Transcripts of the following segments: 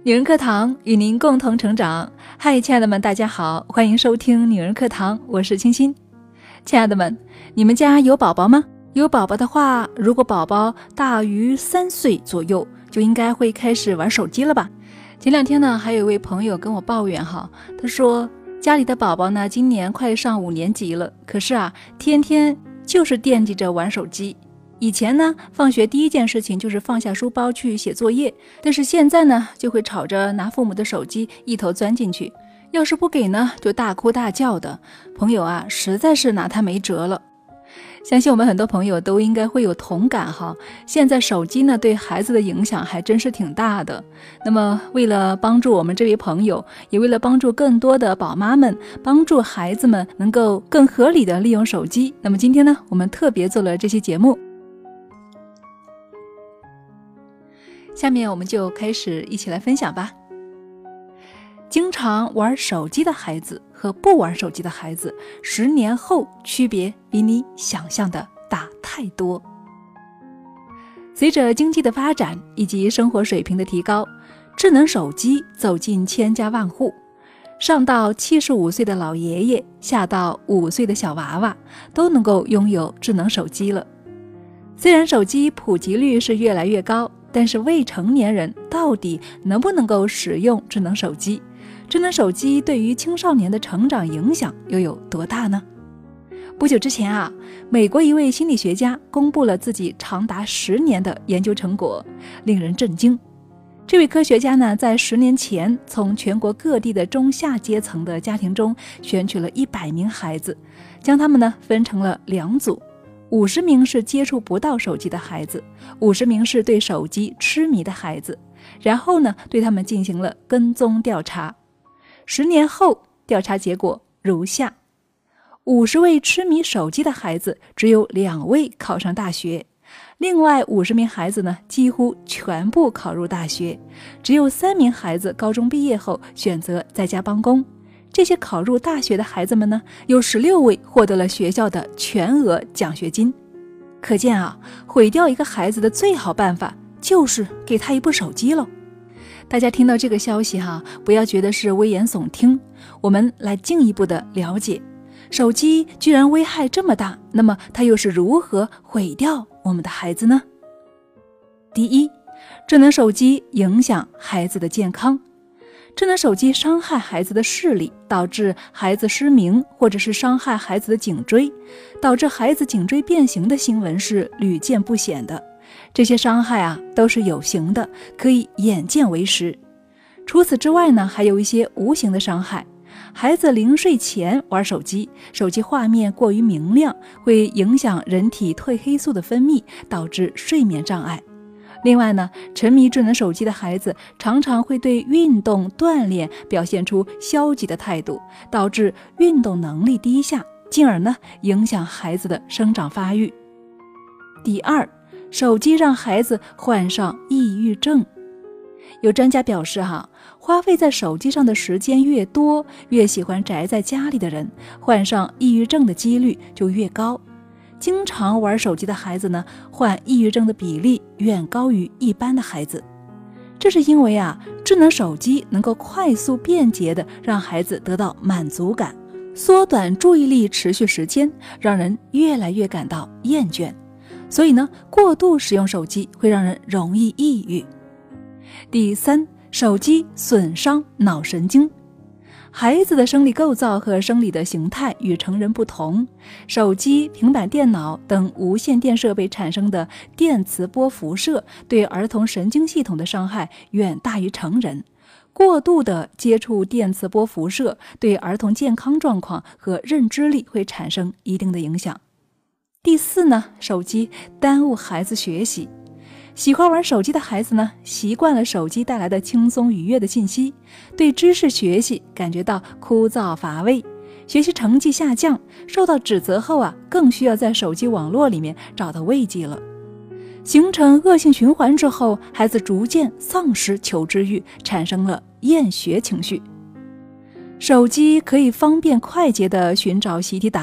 女人课堂与您共同成长。嗨，亲爱的们，大家好，欢迎收听女人课堂，我是清新。亲爱的们，你们家有宝宝吗？有宝宝的话，如果宝宝大于3岁左右，就应该会开始玩手机了吧？前两天呢，还有一位朋友跟我抱怨哈，他说家里的宝宝呢，今年快上5年级了，可是天天就是惦记着玩手机。以前呢，放学第一件事情就是放下书包去写作业，但是现在呢，就会吵着拿父母的手机一头钻进去，要是不给呢，就大哭大叫的。朋友实在是拿他没辙了。相信我们很多朋友都应该会有同感哈。现在手机呢，对孩子的影响还真是挺大的。那么为了帮助我们这位朋友，也为了帮助更多的宝妈们，帮助孩子们能够更合理的利用手机，那么今天呢，我们特别做了这期节目。下面我们就开始一起来分享吧。经常玩手机的孩子和不玩手机的孩子，10年后区别比你想象的大太多。随着经济的发展以及生活水平的提高，智能手机走进千家万户，上到75岁的老爷爷，下到5岁的小娃娃，都能够拥有智能手机了。虽然手机普及率是越来越高，但是未成年人到底能不能够使用智能手机？智能手机对于青少年的成长影响又有多大呢？不久之前美国一位心理学家公布了自己长达10年的研究成果，令人震惊。这位科学家呢，在10年前从全国各地的中下阶层的家庭中选取了100名孩子，将他们呢分成了2组。50名是接触不到手机的孩子，50名是对手机痴迷的孩子，然后呢，对他们进行了跟踪调查。10年后，调查结果如下：50位痴迷手机的孩子，只有2位考上大学，另外50名孩子呢，几乎全部考入大学，只有3名孩子高中毕业后选择在家帮工。这些考入大学的孩子们呢，有16位获得了学校的全额奖学金。可见毁掉一个孩子的最好办法就是给他一部手机了。大家听到这个消息不要觉得是危言耸听，我们来进一步的了解，手机居然危害这么大，那么它又是如何毁掉我们的孩子呢？第一，智能手机影响孩子的健康。智能手机伤害孩子的视力，导致孩子失明，或者是伤害孩子的颈椎，导致孩子颈椎变形的新闻是屡见不鲜的。这些伤害都是有形的，可以眼见为实。除此之外呢，还有一些无形的伤害。孩子临睡前玩手机，手机画面过于明亮，会影响人体褪黑素的分泌，导致睡眠障碍。另外呢，沉迷智能手机的孩子常常会对运动锻炼表现出消极的态度，导致运动能力低下，进而呢影响孩子的生长发育。第二，手机让孩子患上抑郁症。有专家表示花费在手机上的时间越多，越喜欢宅在家里的人，患上抑郁症的几率就越高。经常玩手机的孩子呢，患抑郁症的比例远高于一般的孩子。这是因为智能手机能够快速便捷地让孩子得到满足感，缩短注意力持续时间，让人越来越感到厌倦。所以呢，过度使用手机会让人容易抑郁。第三，手机损伤脑神经。孩子的生理构造和生理的形态与成人不同，手机、平板电脑等无线电设备产生的电磁波辐射对儿童神经系统的伤害远大于成人。过度的接触电磁波辐射对儿童健康状况和认知力会产生一定的影响。第四呢，手机耽误孩子学习。喜欢玩手机的孩子呢，习惯了手机带来的轻松愉悦的信息，对知识学习感觉到枯燥乏味，学习成绩下降，受到指责后更需要在手机网络里面找到慰藉了。形成恶性循环之后，孩子逐渐丧失求知欲，产生了厌学情绪。手机可以方便快捷地寻找习题答案，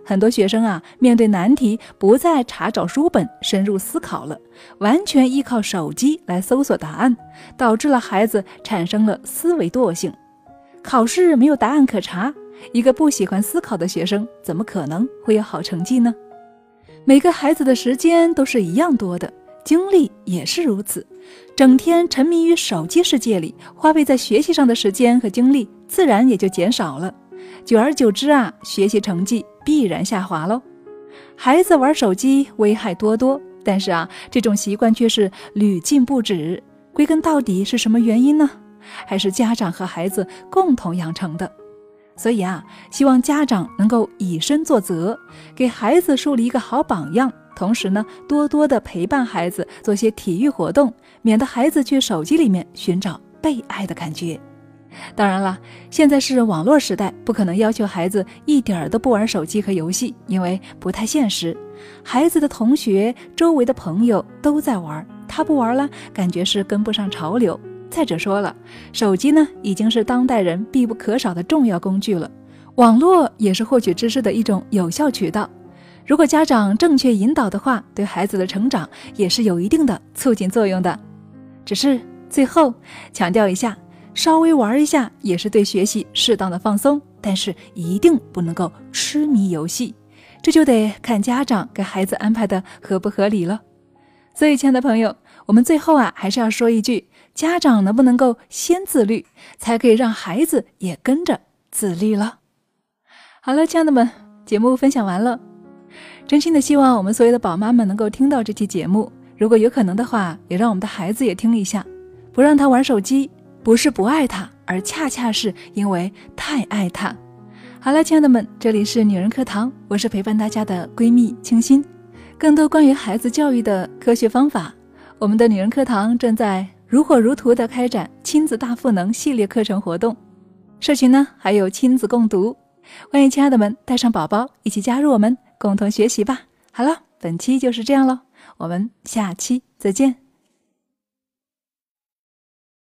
很多学生啊，面对难题不再查找书本深入思考了，完全依靠手机来搜索答案，导致了孩子产生了思维惰性。考试没有答案可查，一个不喜欢思考的学生怎么可能会有好成绩呢？每个孩子的时间都是一样多的，精力也是如此，整天沉迷于手机世界里，花费在学习上的时间和精力自然也就减少了。久而久之啊，学习成绩必然下滑喽。孩子玩手机危害多多，但是啊，这种习惯却是屡禁不止。归根到底是什么原因呢？还是家长和孩子共同养成的。所以啊，希望家长能够以身作则，给孩子树立一个好榜样，同时呢，多多的陪伴孩子做些体育活动，免得孩子去手机里面寻找被爱的感觉。当然了，现在是网络时代，不可能要求孩子一点都不玩手机和游戏，因为不太现实。孩子的同学、周围的朋友都在玩，他不玩了，感觉是跟不上潮流。再者说了，手机呢，已经是当代人必不可少的重要工具了，网络也是获取知识的一种有效渠道。如果家长正确引导的话，对孩子的成长也是有一定的促进作用的。只是最后强调一下，稍微玩一下也是对学习适当的放松，但是一定不能够痴迷游戏，这就得看家长给孩子安排的合不合理了。所以亲爱的朋友，我们最后啊，还是要说一句，家长能不能够先自律，才可以让孩子也跟着自律了。好了，亲爱的们，节目分享完了，真心的希望我们所有的宝妈们能够听到这期节目，如果有可能的话，也让我们的孩子也听一下，不让他玩手机，不是不爱他，而恰恰是因为太爱他。好了，亲爱的们，这里是女人课堂，我是陪伴大家的闺蜜清心。更多关于孩子教育的科学方法，我们的女人课堂正在如火如荼地开展亲子大赋能系列课程活动，社群呢还有亲子共读，欢迎亲爱的们带上宝宝一起加入我们，共同学习吧。好了，本期就是这样咯，我们下期再见。